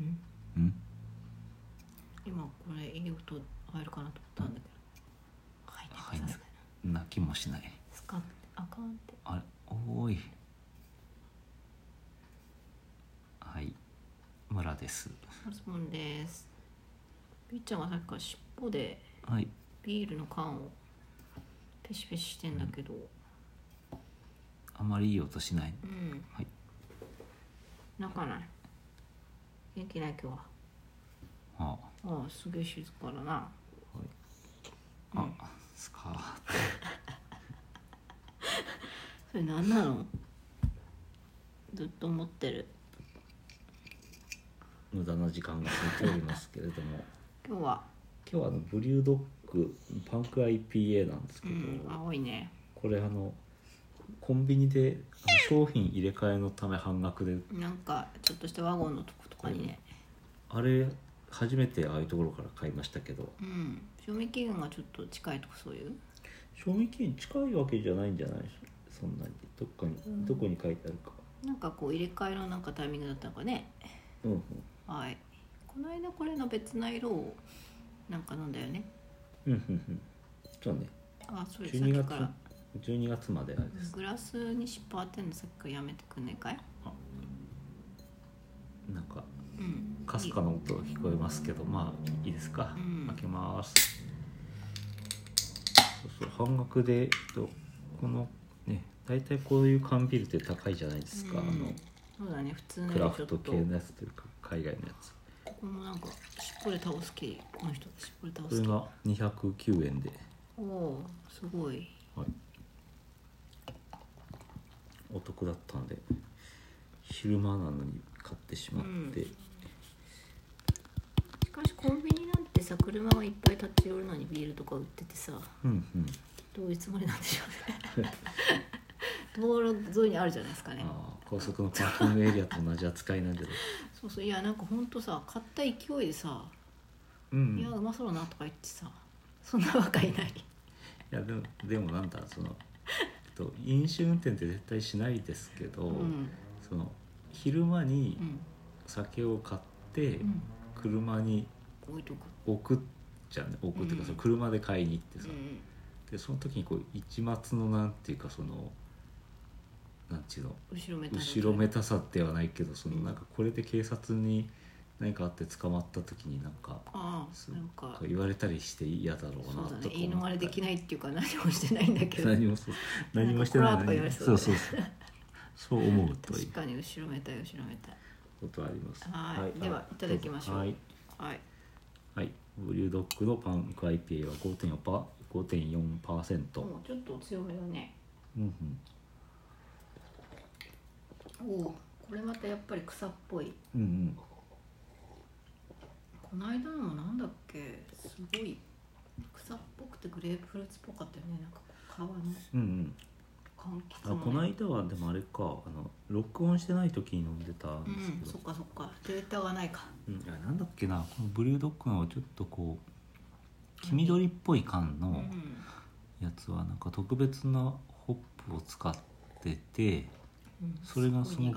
ん今これいい音入るかなと思ったんだけど、入ってさすがに泣きもしない。 使ってあかんって。 あれ、おーい。はい、村です。 マスモンです。ピッちゃんがさっきから尻尾でビールの缶をペシペシしてんだけど、 あまりいい音しない。はい。 泣かない。元気ない今日は。ああ、すげえ静かだな。はい、 スカーそれ何なの？ずっと思ってる。 無駄な時間が過ぎておりますけれども今日はブリュードッグパンク IPA なんですけど、 青いね。 これコンビニで商品入れ替えのため半額で、 なんかちょっとしたワゴンのとことかにね、 あれ初めてああいうところから買いましたけど、 賞味期限がちょっと近いとかそういう。 賞味期限近いわけじゃないんじゃない？そんなにどこに書いてあるか。 なんかこう入れ替えのなんかタイミングだったのかね。はい。この間これの別な色をなんか飲んだよね。 そうね。 それさっきから 12月まであれです。 グラスに尻尾当てるのさっきからやめてくんねえかい？ なんかかすかな音が聞こえますけど、まあいいですか。開けます。そう半額でこのね、大体こういう缶ビールって高いじゃないですか。 そうだね、普通のクラフト系のやつというか海外のやつ。 ここもなんか尻尾で倒す系、この人尻尾で倒す系。 これが209円で。 おお、すごい。 はい。お得だったんで昼間なのに買ってしまって、 しかしコンビニなんてさ、車がいっぱい立ち寄るのにビールとか売っててさ、どういうつもりなんでしょうね。道路沿いにあるじゃないですかね。 高速のパーキングエリアと同じ扱いなんで。 そう、いやなんかほんとさ、買った勢いでさ、いやうまそうだなとか言ってさ、そんな若いない。いやでもなんだ飲酒運転って絶対しないですけど、その昼間に酒を買って、車に置くじゃんね。置くっていうか、その車で買いに行ってさ、でその時にこう一抹のなんていうか、そのなんていうの、後ろめたさではないけど、そのなんかこれで警察に何かあって捕まった時になんか言われたりして嫌だろうなとか思った。そうだね、 言い逃れできないっていうか、何もしてないんだけど何もしてないのにそう思うと確かに後ろめたいことあります。 はい、ではいただきましょう。はい、 ブリュードッグのパンク IPA は 5.4%。 ちょっと強めだね。これまたやっぱり草っぽい。この間のもなんだっけ、すごい草っぽくてグレープフルーツっぽかったよね。なんか皮の柑橘の。 この間はでもあれか、録音してない時に飲んでたんですけど、 そっかデータがないか。 なんだっけな、このブリュードッグのちょっとこう黄緑っぽい缶のやつはなんか特別なホップを使ってて、それがすごく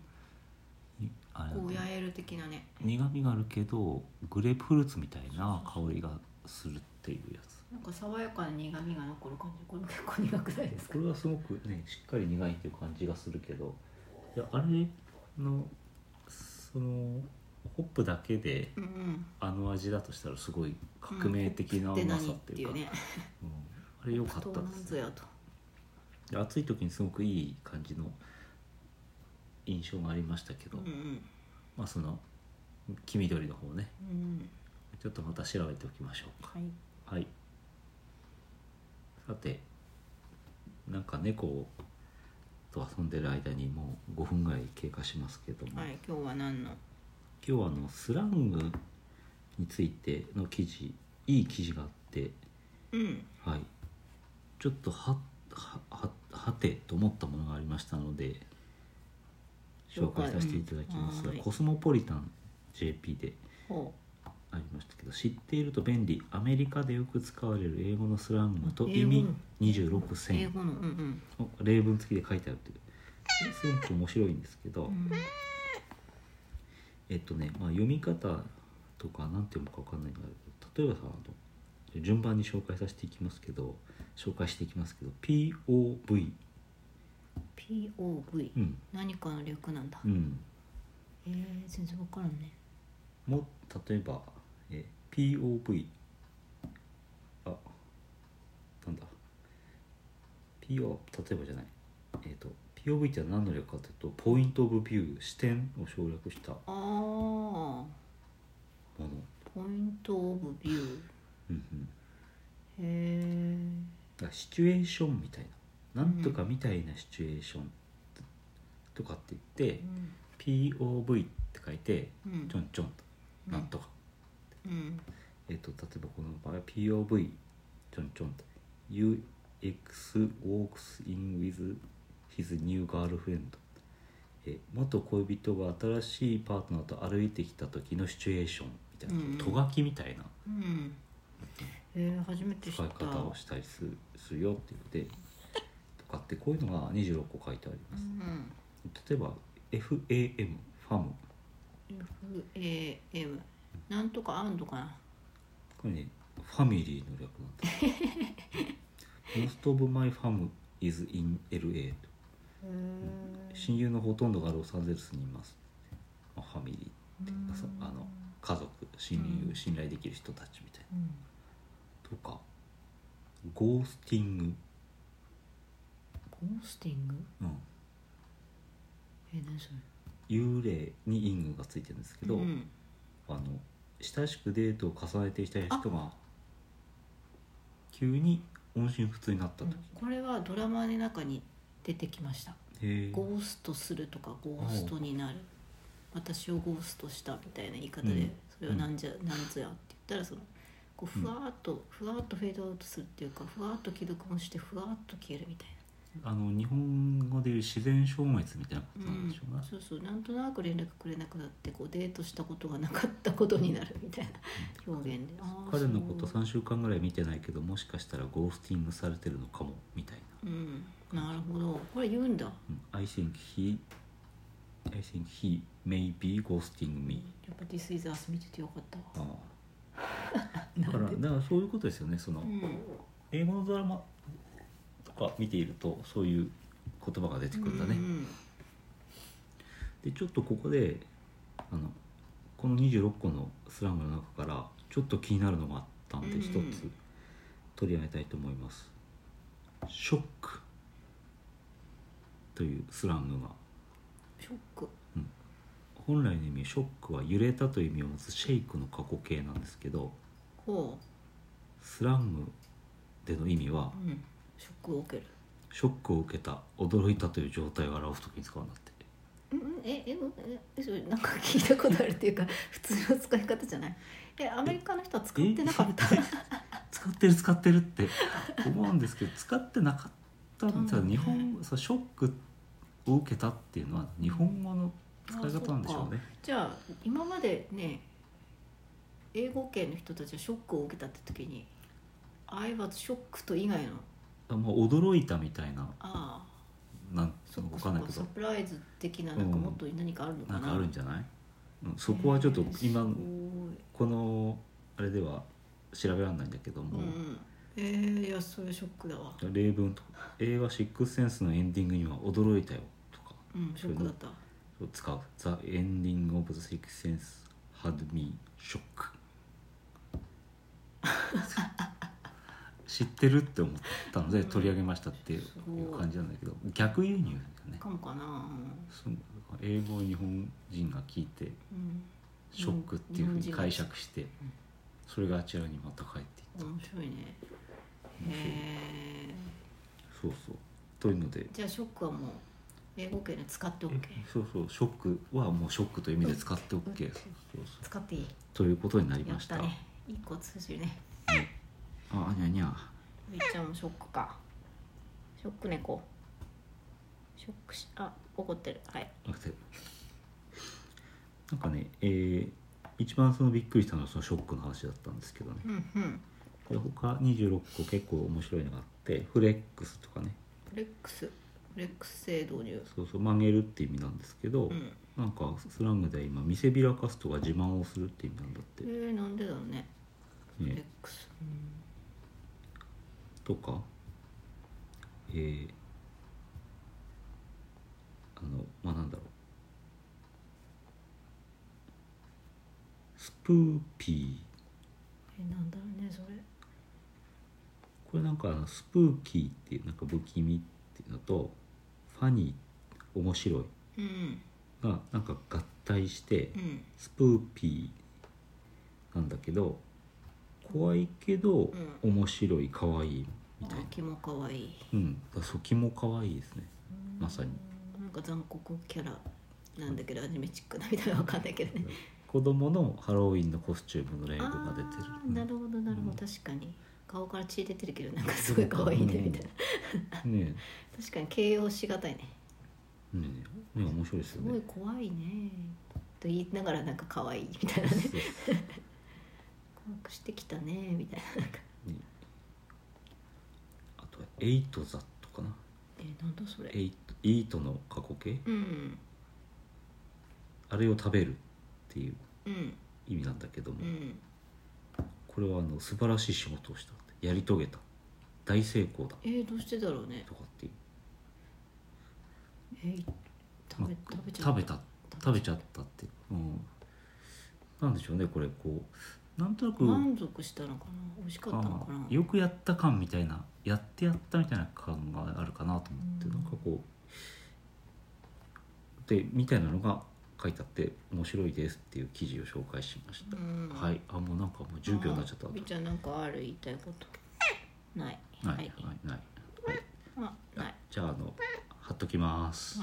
ゴーヤエール的なね、 苦みがあるけどグレープフルーツみたいな香りがするっていうやつ。 なんか爽やかな苦みが残る感じ。これも結構苦くないですか？ これはすごくね、しっかり苦いっていう感じがするけど、いやあれのそのホップだけで味だとしたらすごい革命的なうまさっていうか、あれ良かったですね。暑い時にすごくいい感じの印象がありましたけど、まあその黄緑の方ね、ちょっとまた調べておきましょうか。はい。さて、なんか猫と遊んでる間にもう5分ぐらい経過しますけども、 今日は何の？ 今日はスラングについての記事、いい記事があって、ちょっとはてと思ったものがありましたので紹介させていただきますが、コスモポリタン JP でありましたけど、知っていると便利、アメリカでよく使われる英語のスラングと意味26選、例文付きで書いてあるという、すごく面白いんですけど、 読み方とか何て読むか分かんないんだけど、例えばさ順番に紹介していきますけど POV、 うん、何かの略なんだ。全然分からんね。 も例えば、POV なんだ 例えばじゃないPOV って何の略かというとポイントオブビュー、視点を省略したもの。 ポイントオブビュー、 だからシチュエーションみたいな、なんとかみたいなシチュエーションとかって言って、POV って書いて、ちょんちょんとなんとか、例えばこの場合は POV ちょんちょんと UX walks in with his new girlfriend、元恋人が新しいパートナーと歩いてきた時のシチュエーションみたいな、とがきみたいな、 初めて知った使い方をしたりするよって言ってとかってこういうのが26個書いてあります、例えば FAM ファム FAM なんとかアンドかな、 これねファミリーの略なんだMost of my fam is in LA と、親友のほとんどがロサンゼルスにいます、ファミリーって家族、親友、信頼できる人たちみたいな、とかゴースティング、 何それ。 幽霊にイングがついてるんですけど、親しくデートを重ねていた人が急に音信不通になった時、 これはドラマの中に出てきました。ゴーストするとかゴーストになる、私をゴーストしたみたいな言い方で、それはなんぞやって言ったら、そのこうふわーっとフェードアウトするっていうか、ふわーっと既読もしてふわーっと消えるみたいな、 日本語でいう自然消滅みたいなことなんでしょうね、 そうなんとなく連絡くれなくなって、こうデートしたことがなかったことになるみたいな表現で、 彼のこと3週間ぐらい見てないけど、もしかしたらゴースティングされてるのかもみたいな、なるほど、これ言うんだ、 I think he may be ghosting me。 やっぱ This is Us 見ててよかったわ。 だからそういうことですよね。その、英語のドラマとか見ているとそういう言葉が出てくるんだね、でちょっとここでこの26個のスラングの中からちょっと気になるのがあったんで、一つ取り上げたいと思います。ショックというスラングが、 ショック、 本来の意味、ショックは揺れたという意味を持つシェイクの過去形なんですけど、スラングでの意味は、 ショックを受ける、 ショックを受けた、驚いたという状態を表すときに使うんだって。 それなんか聞いたことあるっていうか、普通の使い方じゃない。アメリカの人は使ってなかった使ってるって思うんですけど、使ってなかったんですよ。日本ショックを受けたっていうのは日本語の使い方なんでしょうね。 じゃあ今までね、英語圏の人たちはショックを受けたって時に I was shocked と以外のもう驚いたみたいな、なん分かんないけど、 サプライズ的な、なんかもっと何かあるのかな、 なんかあるんじゃない、そこはちょっと今このあれでは調べられないんだけども、 いやそれショックだわ。 例文とか、映画シックスセンスのエンディングには驚いたよとか、 ショックだった、 使う。 The ending of the sixth sense had me shock 知ってるって思ったので取り上げましたっていう感じなんだけど、逆輸入だよね。 かもかな、 英語を日本人が聞いて、ショックっていうふうに解釈して、それがあちらにまた帰っていった。 面白いね。 そうというので、 じゃあショックはもう英語圏で使って OK。 そうショックはもうショックという意味で使って OK、 使っていいということになりました。 やったね、一個通じるね。 にゃにゃゆいちゃんもショックか。ショック猫、ショック怒ってる。はい、 なんかね、一番そのびっくりしたのはそのショックの話だったんですけどね、で他26個結構面白いのがあって、フレックスとかね、 フレックス、 フレックス制度にそうそう曲げるって意味なんですけど、なんかスラングで今見せびらかすとか自慢をするって意味なんだって。 なんでだろうね。フレックス、 とかなんだろう、スプーピーなんだろうねそれ。 これなんかスプーキーっていうなんか不気味っていうのとファニー面白いがなんか合体してスプーピーなんだけど、怖いけど面白い可愛いみたいな。 気も可愛い。 そう気も可愛いですね。まさになんか残酷キャラなんだけどアニメチックなみたいなわかんないけどね。 子供のハロウィンのコスチュームのレイブが出てる。 なるほどなるほど、確かに顔から血出てるけどなんかすごい可愛いねみたいな。ね確かに形容しがたいね。 ね面白いですよね。 すごい怖いねと言いながらなんか可愛いみたいなね。怖くしてきたねみたいな。 あとはエイトザットかな。 なんだそれ。 イートの過去形、あれを食べるっていう意味なんだけども、これは素晴らしい仕事をしたってやり遂げた大成功だ。 どうしてだろうねとかっていう。 食べちゃったって、なんでしょうねこれこうなんとなく満足したのかな、美味しかったのかな、 よくやった感みたいな、やったみたいな感があるかなと思って、なんかこうでみたいなのが書いてあって面白いですっていう記事を紹介しました。はい。もうなんかもう10秒になっちゃった。 みーちゃんなんかある言いたいことない。 ない。 ない。 じゃあ貼っときます。